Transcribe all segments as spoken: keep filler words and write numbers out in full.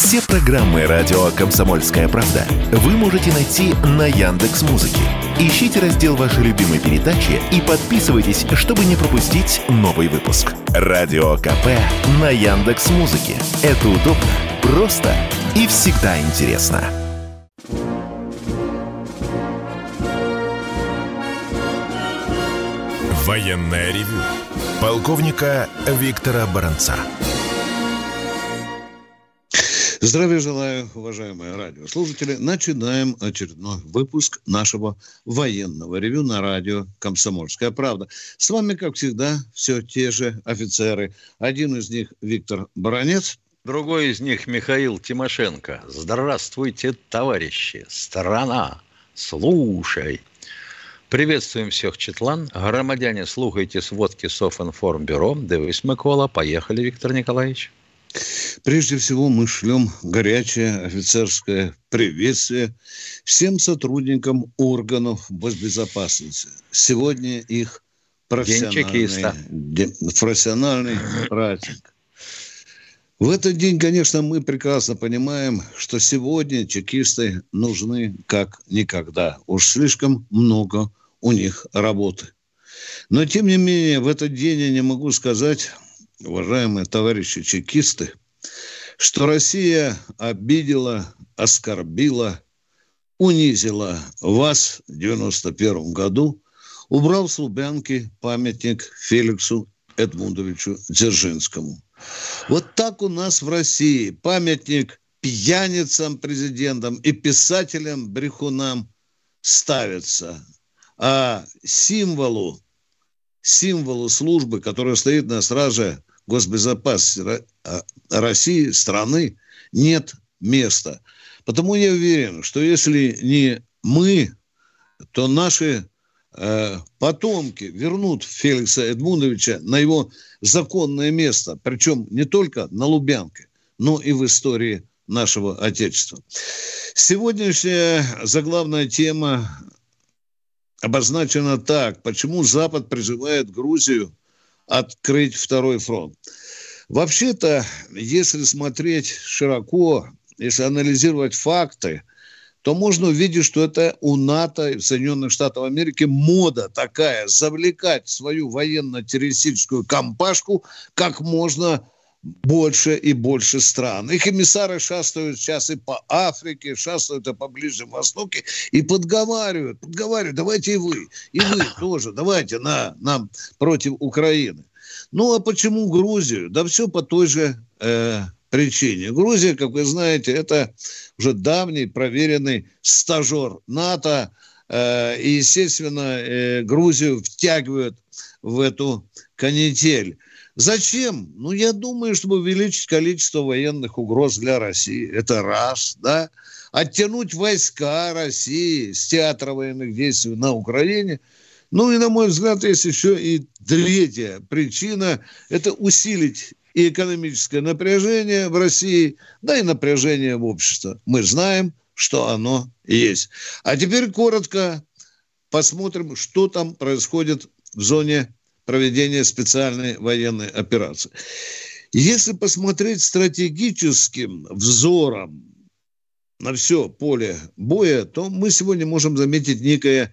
Все программы радио «Комсомольская правда» вы можете найти на Яндекс.Музыке. Ищите раздел вашей любимой передачи и подписывайтесь, чтобы не пропустить новый выпуск. Радио КП на Яндекс.Музыке. Это удобно, просто и всегда интересно. Военное ревю полковника Виктора Баранца. Здравия желаю, уважаемые радиослушатели. Начинаем очередной выпуск нашего военного ревю на радио «Комсомольская правда». С вами, как всегда, все те же офицеры. Один из них Виктор Баранец. Другой из них Михаил Тимошенко. Здравствуйте, товарищи! Страна, слушай! Приветствуем всех, Четлан. Громадяне, слухайте сводки Софинформбюро. Дивись, Микола. Поехали, Виктор Николаевич. Прежде всего, мы шлем горячее офицерское приветствие всем сотрудникам органов госбезопасности. Сегодня их профессиональный, день, профессиональный праздник. В этот день, конечно, мы прекрасно понимаем, что сегодня чекисты нужны как никогда. Уж слишком много у них работы. Но, тем не менее, в этот день я не могу сказать, уважаемые товарищи чекисты, что Россия обидела, оскорбила, унизила вас в девяносто первом году, убрав с Лубянки памятник Феликсу Эдмундовичу Дзержинскому. Вот так у нас в России памятник пьяницам, президентам и писателям-брехунам ставится, а символу, символу службы, которая стоит на страже госбезопасности России, страны, нет места. Потому я уверен, что если не мы, то наши э, потомки вернут Феликса Эдмундовича на его законное место, причем не только на Лубянке, но и в истории нашего Отечества. Сегодняшняя заглавная тема обозначена так: почему Запад призывает Грузию открыть второй фронт. Вообще-то, если смотреть широко, если анализировать факты, то можно увидеть, что это у НАТО и Соединенных Штатов Америки мода такая — завлекать свою военно-террористическую компашку как можно больше и больше стран. Их эмиссары шастают сейчас и по Африке, шастают и по Ближнему Востоку, и подговаривают, подговаривают, давайте и вы, и вы тоже, давайте на, нам против Украины. Ну, а почему Грузию? Да все по той же э, причине. Грузия, как вы знаете, это уже давний проверенный стажер НАТО, э, и, естественно, э, Грузию втягивают в эту канитель. Зачем? Ну, я думаю, чтобы увеличить количество военных угроз для России. Это раз, да. Оттянуть войска России с театра военных действий на Украине. Ну, и, на мой взгляд, есть еще и третья причина. Это усилить и экономическое напряжение в России, да и напряжение в обществе. Мы знаем, что оно есть. А теперь коротко посмотрим, что там происходит в зоне проведения специальной военной операции. Если посмотреть стратегическим взором на все поле боя, то мы сегодня можем заметить некое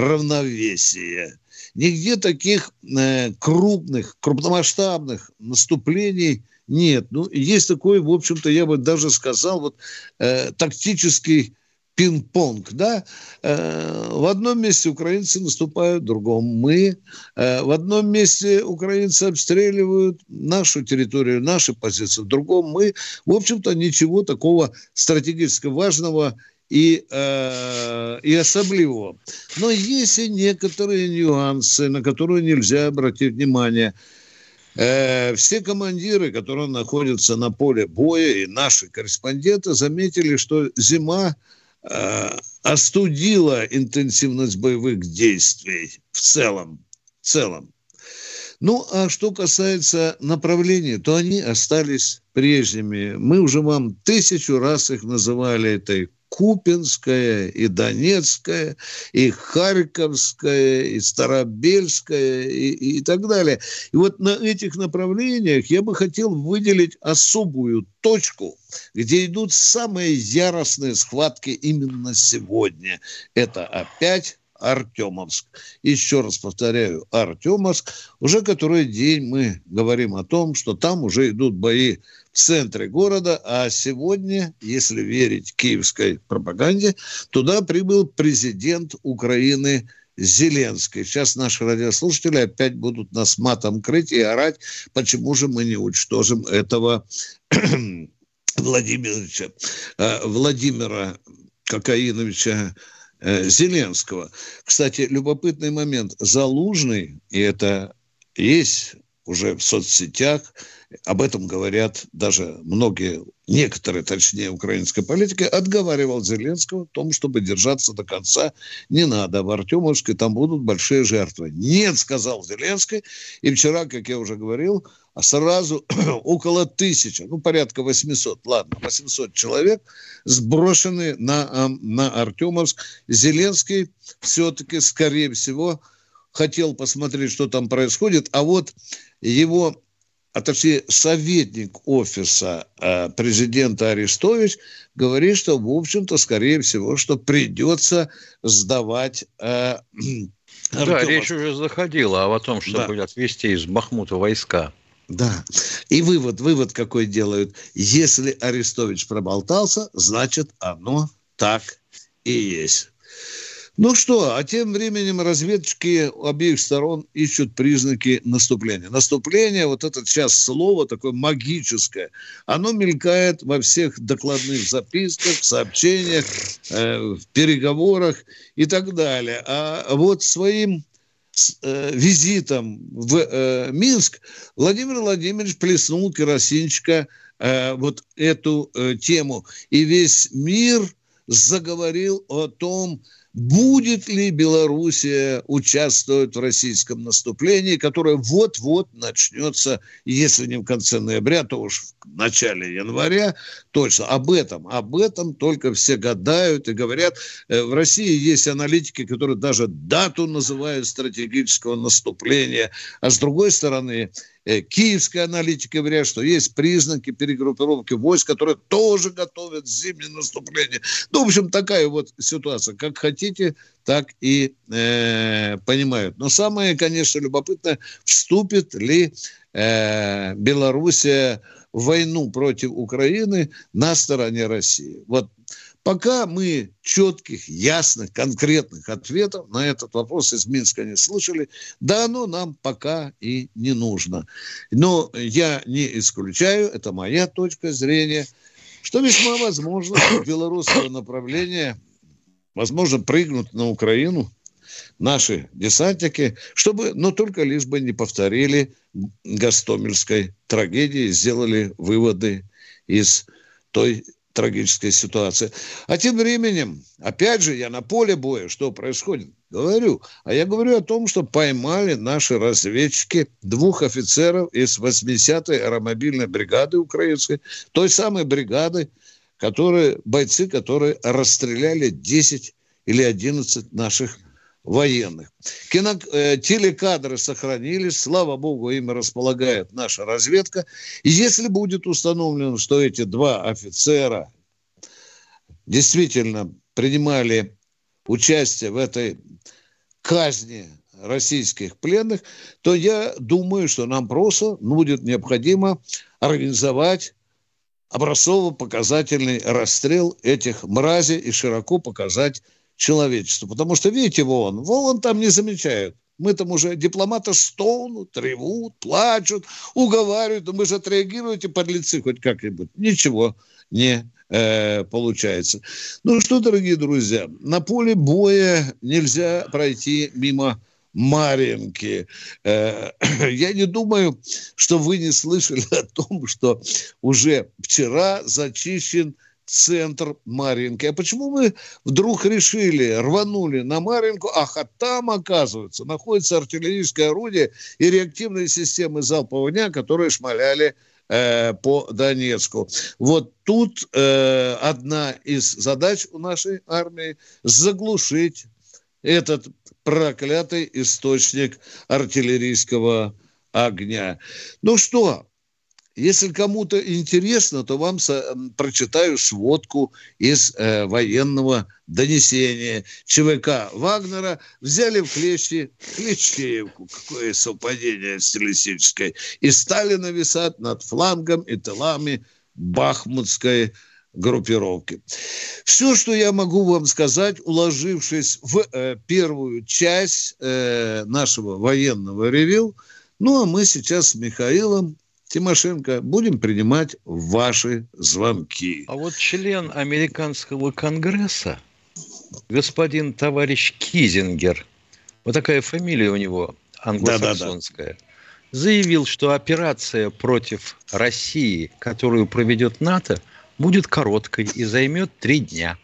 равновесие. Нигде таких э, крупных, крупномасштабных наступлений нет. Ну, есть такой, в общем-то, я бы даже сказал, вот, э, тактический пинг-понг, да, э, в одном месте украинцы наступают, в другом мы, э, в одном месте украинцы обстреливают нашу территорию, наши позиции, в другом мы. В общем-то, ничего такого стратегически важного и, э, и особливого. Но есть и некоторые нюансы, на которые нельзя обратить внимание. Э, все командиры, которые находятся на поле боя, и наши корреспонденты заметили, что зима остудила интенсивность боевых действий в целом. В целом. Ну, а что касается направлений, то они остались прежними. Мы уже вам тысячу раз их называли. Это Купинская, и Донецкая, и Харьковская, и Старобельская, и, и так далее. И вот на этих направлениях я бы хотел выделить особую точку, где идут самые яростные схватки именно сегодня. Это опять Артемовск. Еще раз повторяю, Артемовск. Уже который день мы говорим о том, что там уже идут бои в центре города, а сегодня, если верить киевской пропаганде, туда прибыл президент Украины Зеленский. Сейчас наши радиослушатели опять будут нас матом крыть и орать, почему же мы не уничтожим этого Владимировича, Владимира Кокаиновича Зеленского. Кстати, любопытный момент. Залужный, и это есть уже в соцсетях, об этом говорят даже многие, некоторые, точнее, украинской политики, отговаривал Зеленского в том, чтобы держаться до конца. Не надо, в Артемовске там будут большие жертвы. Нет, сказал Зеленский. И вчера, как я уже говорил, сразу около тысячи, ну, порядка восемьсот, ладно, восемьсот человек сброшены на, на Артемовск. Зеленский все-таки, скорее всего, хотел посмотреть, что там происходит, а вот его, а точнее, советник офиса э, президента Арестович говорит, что, в общем-то, скорее всего, что придется сдавать э, Да, речь уже заходила о том, что да. будет отвести из Бахмута войска. Да. И вывод, вывод какой делают. Если Арестович проболтался, значит, оно так и есть. Ну что, а тем временем разведчики обеих сторон ищут признаки наступления. Наступление, вот это сейчас слово такое магическое, оно мелькает во всех докладных записках, сообщениях, э, в переговорах и так далее. А вот своим э, визитом в э, Минск Владимир Владимирович плеснул керосинчика э, вот эту э, тему. И весь мир заговорил о том, будет ли Белоруссия участвовать в российском наступлении, которое вот-вот начнется, если не в конце ноября, то уж в начале января. Точно об этом, об этом только все гадают и говорят. В России есть аналитики, которые даже дату называют стратегического наступления. А с другой стороны, киевские аналитики говорят, что есть признаки перегруппировки войск, которые тоже готовят зимнее наступление. Ну, в общем, такая вот ситуация. Как хотите, так и э, понимают. Но самое, конечно, любопытное, вступит ли э, Белоруссия в войну против Украины на стороне России. Вот. Пока мы четких, ясных, конкретных ответов на этот вопрос из Минска не слышали, да оно нам пока и не нужно. Но я не исключаю, это моя точка зрения, что весьма возможно, что белорусского направления, возможно, прыгнут на Украину наши десантники, чтобы, но только лишь бы не повторили гостомельской трагедии, сделали выводы из той трагическая ситуация. А тем временем, опять же, я на поле боя, что происходит, говорю. А я говорю о том, что поймали наши разведчики двух офицеров из восьмидесятой аэромобильной бригады украинской, той самой бригады, которые, бойцы, которые расстреляли десять или одиннадцать наших военных. Кино, э, телекадры сохранились, слава богу, ими располагает наша разведка. И если будет установлено, что эти два офицера действительно принимали участие в этой казни российских пленных, то я думаю, что нам просто будет необходимо организовать образцово-показательный расстрел этих мразей и широко показать человечеству. Потому что, видите, вон, вон там не замечают. Мы там уже, дипломаты стонут, ревут, плачут, уговаривают. Но мы же отреагируете, подлецы, хоть как-нибудь. Ничего не э, получается. Ну что, дорогие друзья, на поле боя нельзя пройти мимо Марьинки. Э, я не думаю, что вы не слышали о том, что уже вчера зачищен центр Марьинки. А почему мы вдруг решили, рванули на Марьинку, ах, а там, оказывается, находится артиллерийское орудие и реактивные системы залпового огня, которые шмаляли э, по Донецку. Вот тут э, одна из задач у нашей армии – заглушить этот проклятый источник артиллерийского огня. Ну что, если кому-то интересно, то вам со- прочитаю сводку из э, военного донесения. ЧВК Вагнера взяли в клещи Клещеевку. Какое совпадение стилистическое. И стали нависать над флангом и тылами бахмутской группировки. Все, что я могу вам сказать, уложившись в э, первую часть э, нашего военного ревью. Ну, а мы сейчас с Михаилом Тимошенко будем принимать ваши звонки. А вот член американского конгресса, господин товарищ Кизингер, вот такая фамилия у него англосаксонская, да-да-да, заявил, что операция против России, которую проведет НАТО, будет короткой и займет три дня.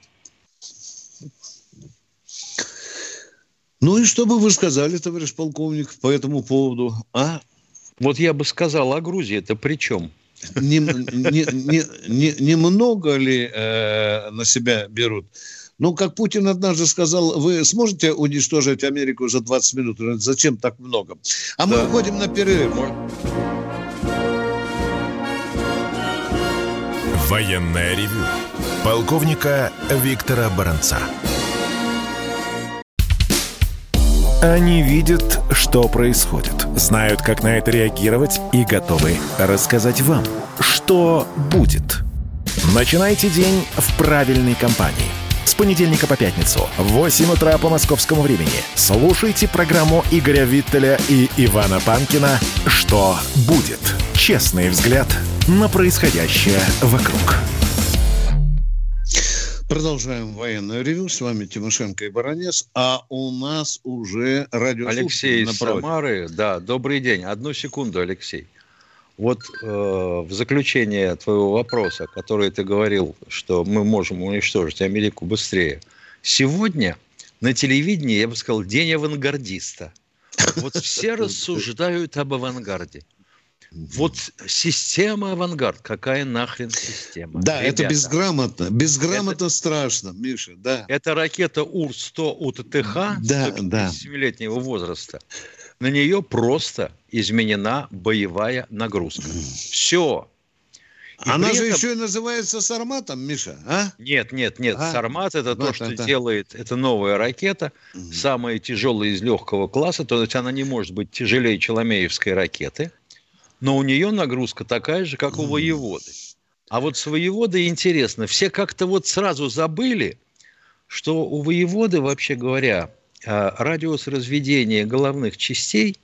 Ну и что бы вы сказали, товарищ полковник, по этому поводу, а? Вот я бы сказал, а Грузия-то при чем? Не, не, не, не, немного ли э, на себя берут? Ну, как Путин однажды сказал, вы сможете уничтожить Америку за двадцать минут? Зачем так много? А да. Мы уходим на перерыв. Военное ревю полковника Виктора Баранца. Они видят, что происходит, знают, как на это реагировать и готовы рассказать вам, что будет. Начинайте день в правильной компании. С понедельника по пятницу в восемь утра по московскому времени слушайте программу Игоря Виттеля и Ивана Панкина «Что будет?». Честный взгляд на происходящее вокруг. Продолжаем военное ревью. С вами Тимошенко и Баранец. А у нас уже радиослушатель Алексей из Самары. Да, добрый день. Одну секунду, Алексей. Вот э, в заключение твоего вопроса, который ты говорил, что мы можем уничтожить Америку быстрее. Сегодня на телевидении, я бы сказал, день авангардиста. Вот все рассуждают об авангарде. Вот система авангард, какая нахрен система? Да, Ребята, это безграмотно, безграмотно это, страшно, Миша, да. Это ракета Ур сто УТТХ да, сто пятидесятисемилетнего да. возраста. На нее просто изменена боевая нагрузка. Все. И Она же этом... еще и называется Сарматом, Миша, а? Нет, нет, нет. А? Сармат это вот, то, что это... делает, это новая ракета, угу. самая тяжелая из легкого класса, то есть она не может быть тяжелее Челомеевской ракеты. Но у нее нагрузка такая же, как у воеводы. А вот с воеводой интересно. Все как-то вот сразу забыли, что у воеводы, вообще говоря, радиус разведения головных частей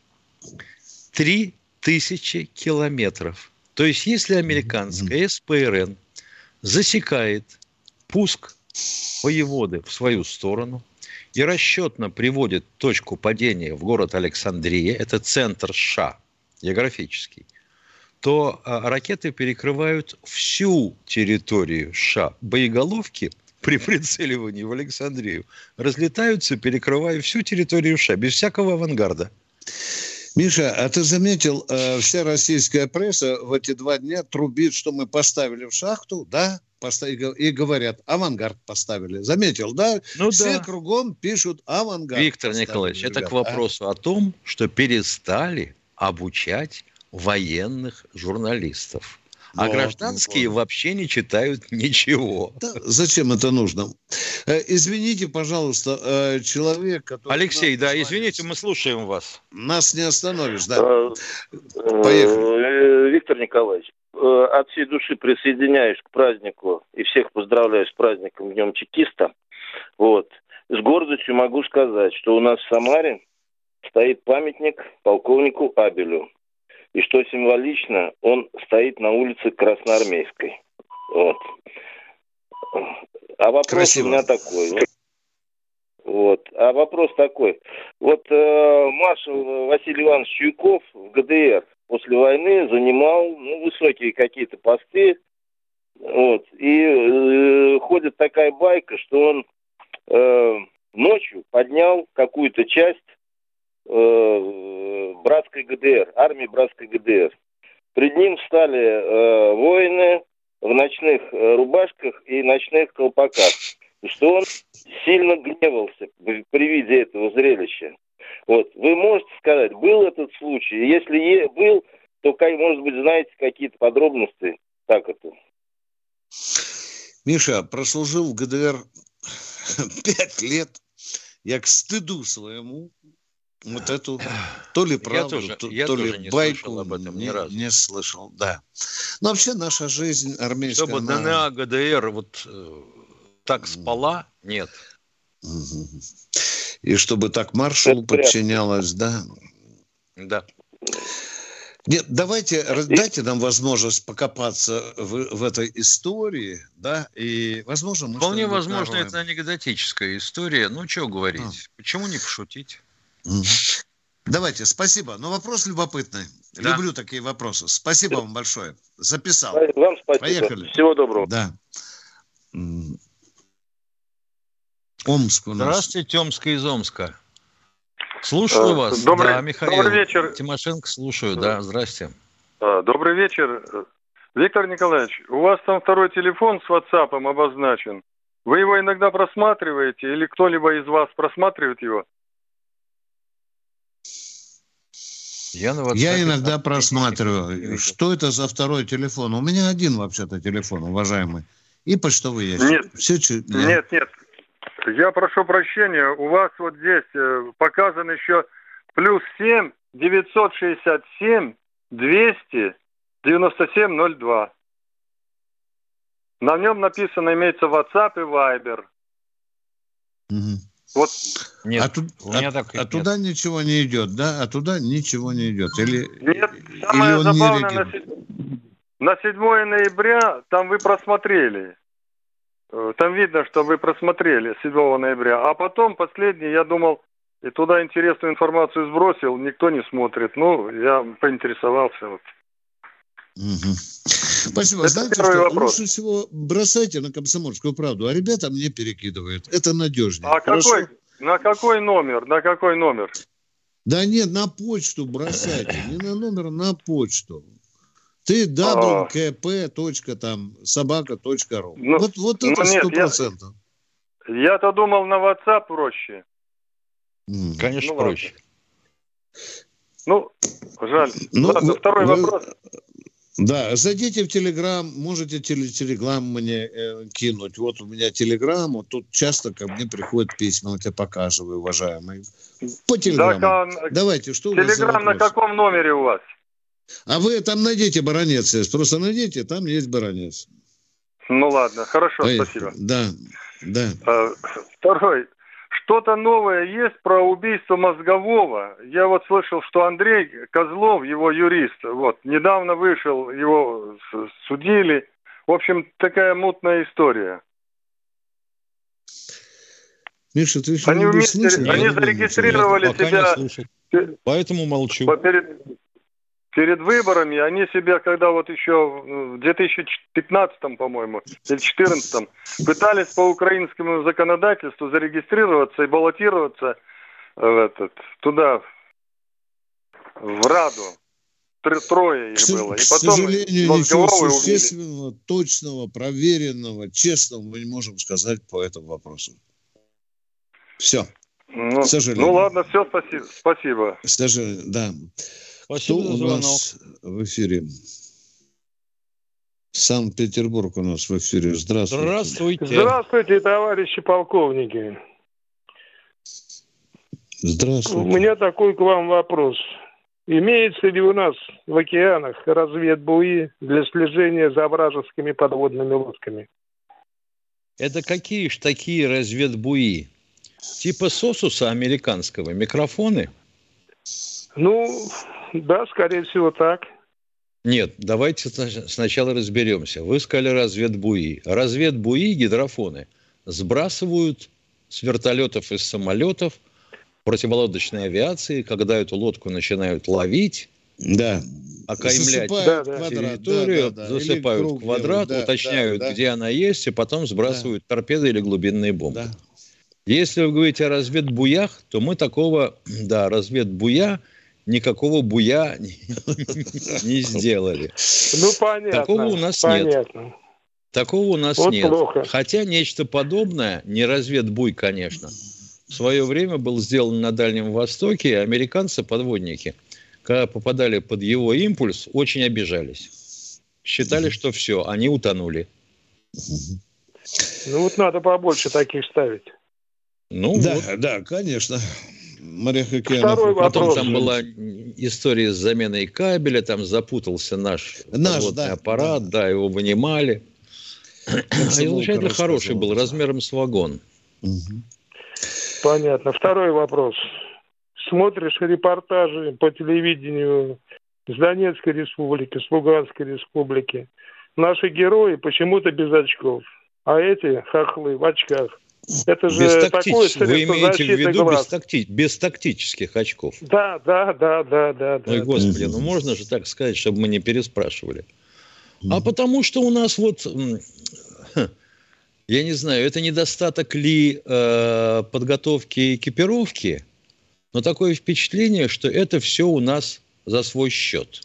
три тысячи километров. То есть, если американская эс пэ эр эн засекает пуск воеводы в свою сторону и расчетно приводит точку падения в город Александрия, это центр США, географический, то а, ракеты перекрывают всю территорию США. Боеголовки при прицеливании в Александрию разлетаются, перекрывая всю территорию США, без всякого авангарда. Миша, а ты заметил, э, вся российская пресса в эти два дня трубит, что мы поставили в шахту, да, и говорят, авангард поставили. Заметил, да? Ну, все да. кругом пишут авангард. Виктор Николаевич, ребят, это к вопросу а? о том, что перестали обучать военных журналистов. А вот, гражданские вот. вообще не читают ничего. Да, зачем это нужно? Э, извините, пожалуйста, э, человек, который... Алексей, да, звонит, извините, мы слушаем вас. Нас не остановишь, да. Поехали. Виктор Николаевич, от всей души присоединяюсь к празднику и всех поздравляю с праздником Днем Чекиста. Вот. С гордостью могу сказать, что у нас в Самаре стоит памятник полковнику Абелю. И что символично, он стоит на улице Красноармейской. Вот. А вопрос Красиво. у меня такой. Вот. вот. А вопрос такой. Вот э, маршал Василий Иванович Чуйков в гэ дэ эр после войны занимал ну, высокие какие-то посты. Вот. И э, ходит такая байка, что он э, ночью поднял какую-то часть братской гэ дэ эр, армии братской гэ дэ эр. Пред ним встали э, воины в ночных э, рубашках и ночных колпаках. И что он сильно гневался при виде этого зрелища. Вот. Вы можете сказать, был этот случай? Если е- был, то, может быть, знаете какие-то подробности? Как это? Миша, прослужил в ГДР пять лет. Я к стыду своему вот эту то ли правду, я тоже, то, я то тоже ли не байку об этом ни не, разу. не слышал. Да. Но вообще наша жизнь армейская... Чтобы она... ДНА, ГДР вот э, так спала, нет. И чтобы так маршалу подчинялось, да? Да. Нет, давайте, дайте нам возможность покопаться в, в этой истории, да, и, возможно, мы Вполне возможно, нароем. это анекдотическая история. Ну, что говорить? А. Почему не пошутить? Угу. Давайте, спасибо. Но вопрос любопытный. Да. Люблю такие вопросы. Спасибо вам большое. Записал. Вам спасибо. Поехали. Всего доброго. Да. Омск у нас. Здравствуйте, Омска из Омска. Слушаю вас. Добрый, да, Михаил. Добрый вечер. Тимошенко, слушаю. Да, здрасте. Добрый вечер. Виктор Николаевич, у вас там второй телефон с WhatsApp обозначен. Вы его иногда просматриваете или кто-либо из вас просматривает его? Я, на Я иногда просматриваю. Что это за второй телефон? У меня один вообще-то телефон, уважаемый. И почтовый ящик. Нет, Все, нет, нет. Я прошу прощения, у вас вот здесь э, показан еще плюс семь девятьсот шестьдесят семь двести девяносто семь ноль два. На нем написано, имеется WhatsApp и Viber. Угу. Вот. Нет, а, тут, а, так а туда ничего не идет, да? А туда ничего не идет? Или, нет, самое или забавное, на седьмое ноября там вы просмотрели. Там видно, что вы просмотрели седьмого ноября. А потом, последний, я думал, и туда интересную информацию сбросил, никто не смотрит. Ну, я поинтересовался. Вот. Угу. Спасибо. Это Знаете, что вопрос. Лучше всего бросайте на «Комсомольскую правду», а ребята мне перекидывают. Это надежнее. А какой, на какой номер? На какой номер? Да нет, на почту бросайте. Не на номер, на почту. Ты дабл кей пи точка там собака точка ру. Ну, вот, вот это сто процентов. Я, я-то думал, на WhatsApp проще. Mm. Конечно, ну, проще. Ну, жаль. Ну, ладно, вы, второй вы, вопрос. Да, зайдите в Телеграм, можете Телеграм мне э, кинуть. Вот у меня Телеграм, вот тут часто ко мне приходят письма, вот я показываю, уважаемые. По Телеграму. Так, Давайте, что Телеграм у вас за вопрос? На каком номере у вас? А вы там найдите баронец, просто найдите, там есть баронец. Ну ладно, хорошо, Поехали. Спасибо. Да, да. А, второй. Что-то новое есть про убийство Мозгового? Я вот слышал, что Андрей Козлов, его юрист, вот, недавно вышел, его судили. В общем, такая мутная история. Миша, ты еще они не вместе, слышал? Они зарегистрировали Нет, себя... Поэтому молчу. Перед, перед выборами они себя, когда вот еще в две тысячи пятнадцатом, по-моему, или две тысячи четырнадцатом, пытались по украинскому законодательству зарегистрироваться и баллотироваться в этот, туда, в Раду. Трое их было. И к потом сожалению, ничего существенного, убили. Точного, проверенного, честного мы не можем сказать по этому вопросу. Все. Ну, к сожалению. Ну ладно, все, спасибо. Спасибо. К сожалению, да. Спасибо Кто за у нас в эфире? Санкт-Петербург у нас в эфире. Здравствуйте. Здравствуйте. Здравствуйте, товарищи полковники. Здравствуйте. У меня такой к вам вопрос. Имеется ли у нас в океанах разведбуи для слежения за вражескими подводными лодками? Это какие ж такие разведбуи? Типа Сосуса американского? Микрофоны? Ну, да, скорее всего, так. Нет, давайте сначала разберемся. Вы сказали разведбуи. Разведбуи, гидрофоны, сбрасывают с вертолетов и с самолетов противолодочной авиации, когда эту лодку начинают ловить, да. окаймлять засыпают территорию, да, да, да, да. засыпают круг квадрат, делают, уточняют, да, да. где она есть, и потом сбрасывают да. торпеды или глубинные бомбы. Да. Если вы говорите о разведбуях, то мы такого, да, разведбуя никакого буя не сделали. Ну, понятно. Такого у нас нет. Такого у нас вот нет. Плохо. Хотя нечто подобное, не разведбуй, конечно, в свое время был сделан на Дальнем Востоке, и американцы-подводники, когда попадали под его импульс, очень обижались. Считали, что все, они утонули. Ну вот надо побольше таких ставить. Ну, да, вот. да, конечно. Второй Потом вопрос. там была история с заменой кабеля, там запутался наш, наш подводный да, аппарат, да. да, его вынимали. Излучатель хороший был, размером с вагон. Угу. Понятно. Второй вопрос. Смотришь репортажи по телевидению с Донецкой республики, с Луганской республики. Наши герои почему-то без очков, а эти хохлы в очках. Это же без такое средство Вы имеете в виду глаз. Без, такти... без тактических очков? Да, да, да, да, да. Ой, да, Господи, да. ну можно же так сказать, чтобы мы не переспрашивали. А потому что у нас вот, я не знаю, это недостаток ли э, подготовки и экипировки, но такое впечатление, что это все у нас за свой счет.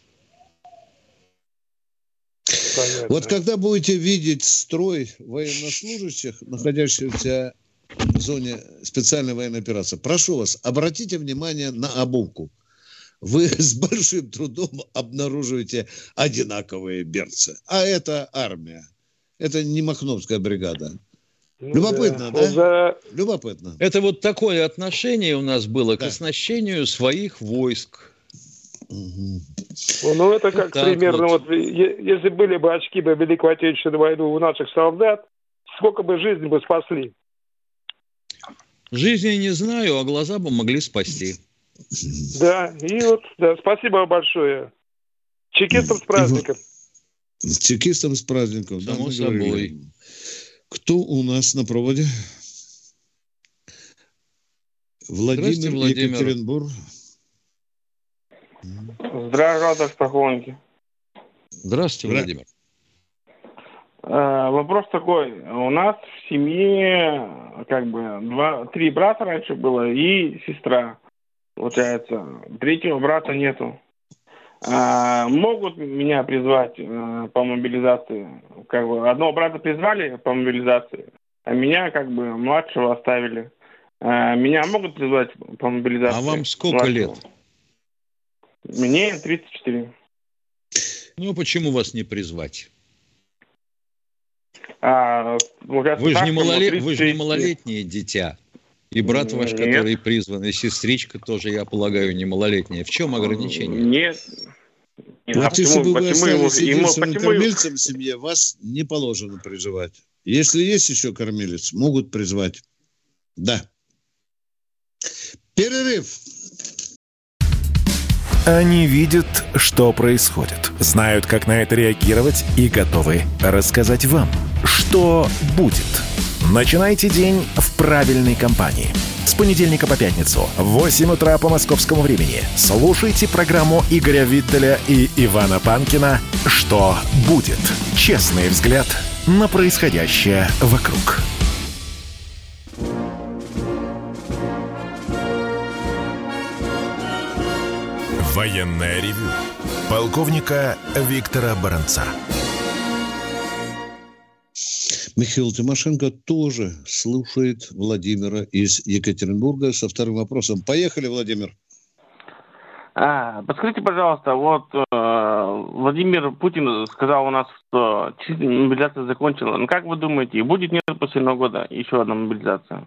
Понятно. Вот когда будете видеть строй военнослужащих, находящихся в зоне специальной военной операции, прошу вас, обратите внимание на обувку. Вы с большим трудом обнаруживаете одинаковые берцы. А это армия. Это не Махновская бригада. Ну, Любопытно, да? да? За... Любопытно. Это вот такое отношение у нас было да. к оснащению своих войск. Угу. Ну, это как вот примерно, вот. Вот, если были бы очки бы Великую Отечественную войну у наших солдат, сколько бы жизней бы спасли? Жизни не знаю, а глаза бы могли спасти. Да, и вот, да, спасибо большое. Чекистам с праздником. Чекистам с праздником. Само да, собой. Кто у нас на проводе? Владимир, Владимир. Екатеринбург. Здравствуйте, сторонники. Здравствуйте, Владимир. А, вопрос такой. У нас в семье как бы два, три брата раньше было и сестра. Получается, третьего брата нету. А, могут меня призвать а, по мобилизации? Как бы одного брата призвали по мобилизации, а меня как бы младшего оставили. А, меня могут призвать по мобилизации? А вам сколько младшего? лет? Мне тридцать четыре. Ну, почему вас не призвать? А, вы, же не малолет... вы же не малолетнее дитя. И брат ваш, Нет. который призван, и сестричка тоже, я полагаю, не малолетняя. В чем ограничение? Нет. Вот а если почему, бы вы остались единственным ему, кормильцем ему... в семье, вас не положено призывать. Если есть еще кормилец, могут призвать. Да. Перерыв. Они видят, что происходит, знают, как на это реагировать и готовы рассказать вам, что будет. Начинайте день в правильной компании. С понедельника по пятницу в восемь утра по московскому времени слушайте программу Игоря Виттеля и Ивана Панкина «Что будет?». Честный взгляд на происходящее вокруг. Военное ревю полковника Виктора Баранца. Михаил Тимошенко тоже слушает Владимира из Екатеринбурга со вторым вопросом. Поехали, Владимир. А, подскажите, пожалуйста, вот э, Владимир Путин сказал у нас, что мобилизация закончена. Ну, как вы думаете, будет нет после Нового года еще одна мобилизация?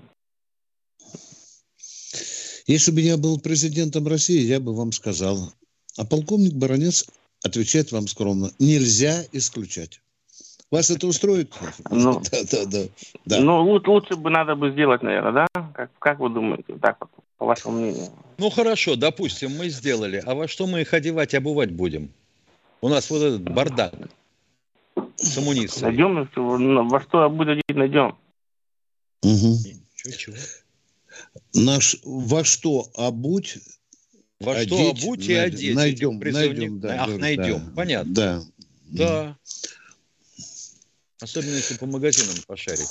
Если бы я был президентом России, я бы вам сказал. А полковник Баранец отвечает вам скромно. Нельзя исключать. Вас это устроит? Ну, да, да, да, да. Ну, лучше, лучше бы надо бы сделать, наверное, да? Как, как вы думаете, так вот, по вашему мнению? Ну, хорошо, допустим, мы сделали. А во что мы их одевать, обувать будем? У нас вот этот бардак с амуницией. Найдем, во что обуть найдем. Угу. Чего, чего? Наш, во что обуть, Во одеть, что обуть и найдем, одеть. Найдем, найдем. Да, Ах, да, найдем, да, понятно. Да. Да. Особенно, если по магазинам пошарить.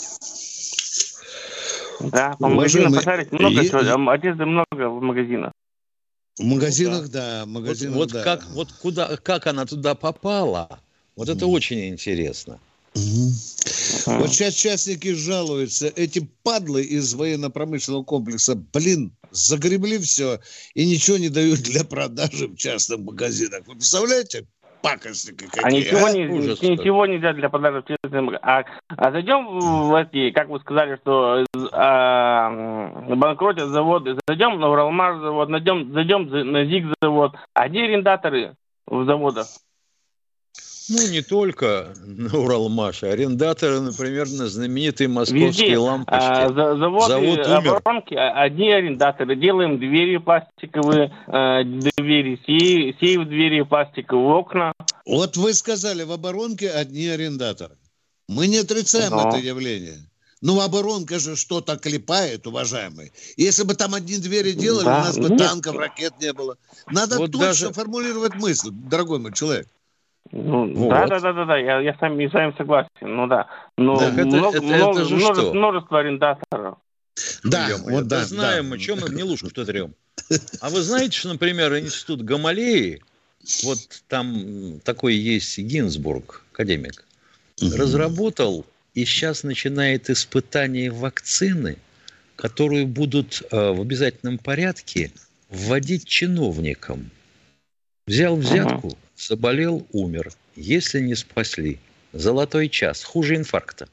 Да, по магазинам пошарить много и... чего, одежды много в магазинах. В магазинах, ну, да. да, в магазинах, вот, вот да. Как, вот куда, как она туда попала, вот это mm. очень интересно. Mm-hmm. Вот сейчас частники жалуются, эти падлы из военно-промышленного комплекса, блин, загребли все и ничего не дают для продажи в частных магазинах. Вы представляете? Пакостники какие, а ничего, а? Не, ничего нельзя для продажи в частных магазинах. А, а зайдем в эти, как вы сказали, что а, банкротят заводы, зайдем на Уралмаш завод, найдем, зайдем на ЗИГ завод. А где арендаторы в заводах? Ну, не только на Уралмаше. Арендаторы, например, на знаменитые московские Везде. лампочки. А, за, заводы, Завод умер. Оборонки, одни арендаторы. Делаем двери пластиковые, э, двери, сейф, сейф двери, пластиковые окна. Вот вы сказали, в оборонке одни арендаторы. Мы не отрицаем Но. это явление. Но оборонка же что-то клепает, уважаемый. Если бы там одни двери делали, да. у нас бы Нет. танков, ракет не было. Надо вот точно даже... формулировать мысль, дорогой мой человек. Ну, вот. Да, да, да, да, да, я, я с вами, с вами согласен, ну да. Но это, много, это, много, это же множество, что? множество арендаторов. Да, Ё-моё, вот да, знаем, да. о чем мы гнилушку-то трем. А вы знаете, что, например, институт Гамалеи, вот там такой есть Гинзбург, академик, угу. разработал и сейчас начинает испытание вакцины, которую будут э, в обязательном порядке вводить чиновникам. Взял взятку, угу. заболел, умер. Если не спасли, золотой час, хуже инфаркта.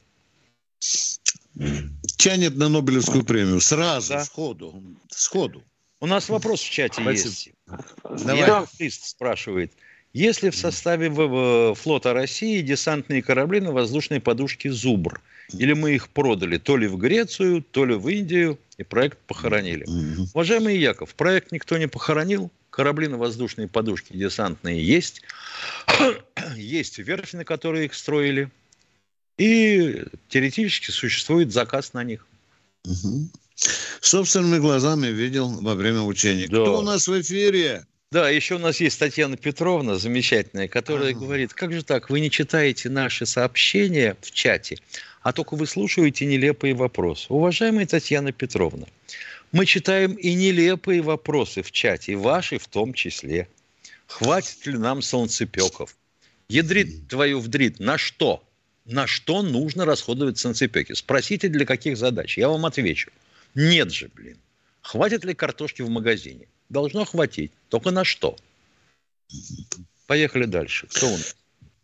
Тянет на Нобелевскую премию сразу, да. сходу, сходу. У нас вопрос в чате Спасибо. есть. Давай. Яков Лист спрашивает. Есть ли в составе флота России десантные корабли на воздушной подушке «Зубр»? Или мы их продали то ли в Грецию, то ли в Индию, и проект похоронили? Mm-hmm. Уважаемый Яков, проект никто не похоронил. Корабли на воздушной подушке десантные есть. Есть верфи, на которые их строили. И теоретически существует заказ на них. Угу. Собственными глазами видел во время учений. Да. Кто у нас в эфире? Да, еще у нас есть Татьяна Петровна, замечательная, которая ага. говорит, как же так, вы не читаете наши сообщения в чате, а только вы слушаете нелепые вопросы. Уважаемая Татьяна Петровна, мы читаем и нелепые вопросы в чате, и ваши в том числе. Хватит ли нам солнцепеков? Ядрит твою вдрит. На что? На что нужно расходовать солнцепеки? Спросите, для каких задач. Я вам отвечу. Нет же, блин. Хватит ли картошки в магазине? Должно хватить. Только на что? Поехали дальше. Кто у нас?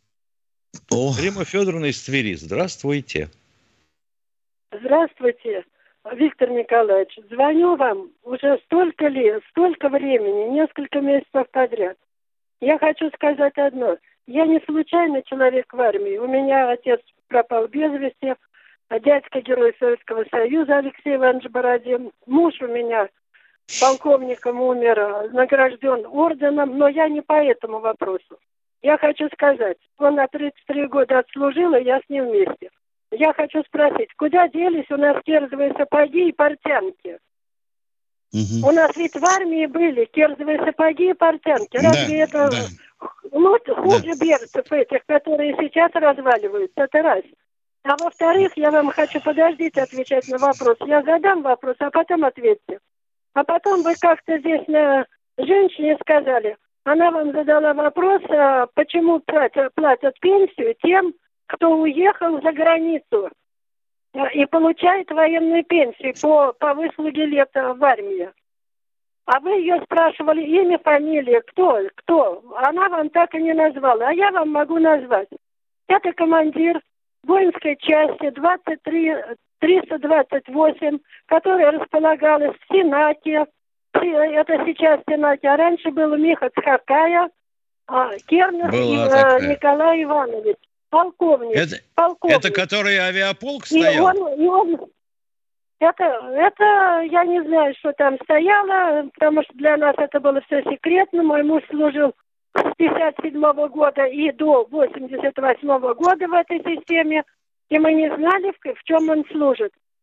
О. Римма Федоровна из Твери. Здравствуйте. Здравствуйте, Виктор Николаевич. Звоню вам уже столько лет, столько времени, несколько месяцев подряд. Я хочу сказать одно. Я не случайный человек в армии. У меня отец пропал без вести, а дядька герой Советского Союза Алексей Иванович Бородин. Муж у меня полковником умер, награжден орденом, но я не по этому вопросу. Я хочу сказать, он на тридцать три года отслужил, и я с ним вместе. Я хочу спросить, куда делись у нас керзовые сапоги и портянки? Угу. У нас ведь в армии были керзовые сапоги и портянки. Разве да, это да. ну, хуже да. берцев этих, которые сейчас разваливаются? Это раз. А во-вторых, я вам хочу, подождите отвечать на вопрос. Я задам вопрос, а потом ответьте. А потом вы как-то здесь на женщине сказали, она вам задала вопрос, почему платят, платят пенсию тем, кто уехал за границу и получает военную пенсию по, по выслуге лет в армии. А вы ее спрашивали имя, фамилия, кто, кто? Она вам так и не назвала, а я вам могу назвать. Это командир воинской части двадцать три триста двадцать восемь, которая располагалась в Сенате. Это сейчас в Сенате, а раньше был Миха Цхакая, Кернер и, Николай Иванович. Полковник. Это, полковник. это который авиаполк стоял? И он, и он, это, это, я не знаю, что там стояло, потому что для нас это было все секретно. Мой муж служил с пятьдесят седьмого года и до восемьдесят восьмого года в этой системе, и мы не знали, в, в чем он служит.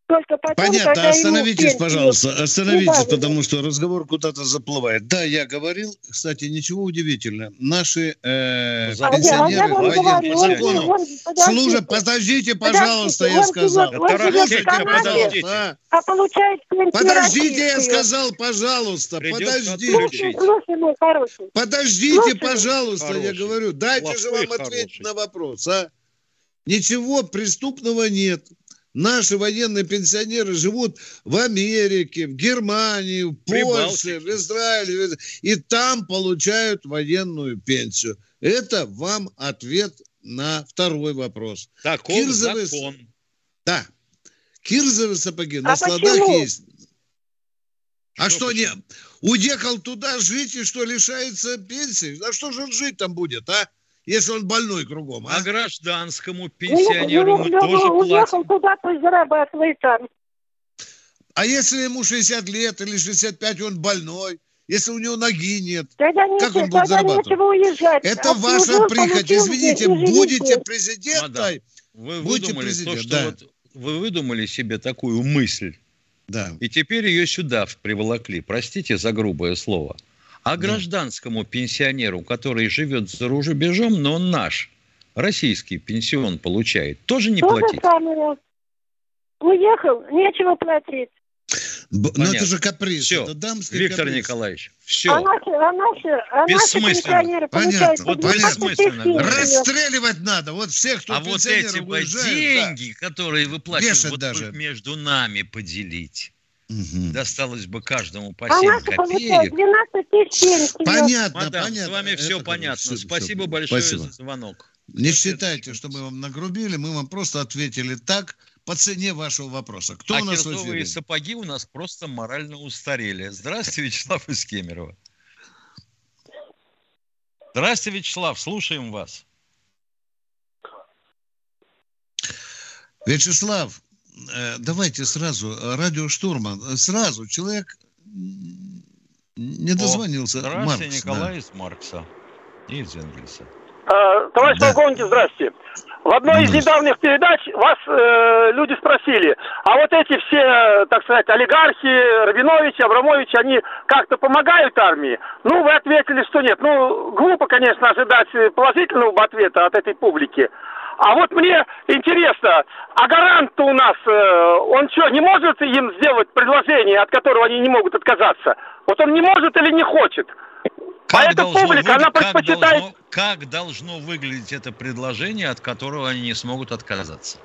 только потом, Понятно, когда остановитесь, ему пожалуйста, остановитесь, да, потому что разговор куда-то заплывает. Да, я говорил, кстати, ничего удивительного. Наши э, пенсионеры военные... Слушай, подождите, пожалуйста, подождите, я сказал. Подождите, подождите. А, а получает подождите, я сказал, пожалуйста, подождите. Слушай, мой хороший. Подождите, Слушай, пожалуйста, хороший. я говорю. Дайте Плохой, же вам хороший. ответить на вопрос, а? Ничего преступного нет. Наши военные пенсионеры живут в Америке, в Германии, в Польше, в Израиле. И там получают военную пенсию. Это вам ответ на второй вопрос. Таков Кирзовые... закон. Да. Кирзовые сапоги а на складах почему? есть. А что, что не... Уехал туда жить и что, лишается пенсии? А что же он жить там будет, а? Если он больной кругом, а? А гражданскому пенсионеру ну, мы ну, тоже ну, уехал платим. туда, пусть зарабатывает там. А если ему шестьдесят лет или шестьдесят пять, он больной, если у него ноги нет, тогда как нечего, он будет зарабатывать? Уезжать. Это Отслужил, ваша прихоть. получил, Извините, будете президентом, Мадам, вы будете выдумали президент. то, что Да. вот вы выдумали себе такую мысль, Да. и теперь ее сюда приволокли. Простите за грубое слово. А Да. гражданскому пенсионеру, который живет за рубежом, но он наш, российский пенсион получает, тоже не То же платить? самое. Уехал, нечего платить. Б- Но Понятно. это же каприз. Все, Это дамский Виктор каприз. Николаевич, все. А наши, а наши, а наши Бессмысленно. пенсионеры Понятно. получают Вот по двадцать бессмысленно тысяч. говорить. Расстреливать надо. Вот всех, кто А вот пенсионеров эти бы уезжает, деньги, которые выплачивают, Вешать вот даже. между нами поделить. да. Мгм. Досталось бы каждому по А семь наши получают копеек. двенадцать тысяч пенсий. Понятно, Мадам, понятно. с вами все Это- понятно. всё, Спасибо всё. большое Спасибо. за звонок. Не считайте, что мы вам нагрубили, мы вам просто ответили так по цене вашего вопроса. Кто а у нас в кирзовые эфире? сапоги у нас просто морально устарели. Здравствуйте, Вячеслав из Кемерово. Здравствуйте, Вячеслав, слушаем вас. Вячеслав, э, давайте сразу, э, радиоштурман, э, сразу, человек м, не дозвонился. Здравствуйте, Маркс, Николай да. из Маркса и из Энгельса. А, товарищ Да. полковник, здрасте. В одной из Здравствуйте. недавних передач вас э, люди спросили, а вот эти все, э, так сказать, олигархи, Рабинович, Абрамович, они как-то помогают армии? Ну, вы ответили, что нет. Ну, глупо, конечно, ожидать положительного ответа от этой публики. А вот мне интересно, а гарант-то у нас, э, он что, не может им сделать предложение, от которого они не могут отказаться? Вот он не может или не хочет? А эта публика, она как предпочитает... должно- как должно выглядеть это предложение, от которого они не смогут отказаться?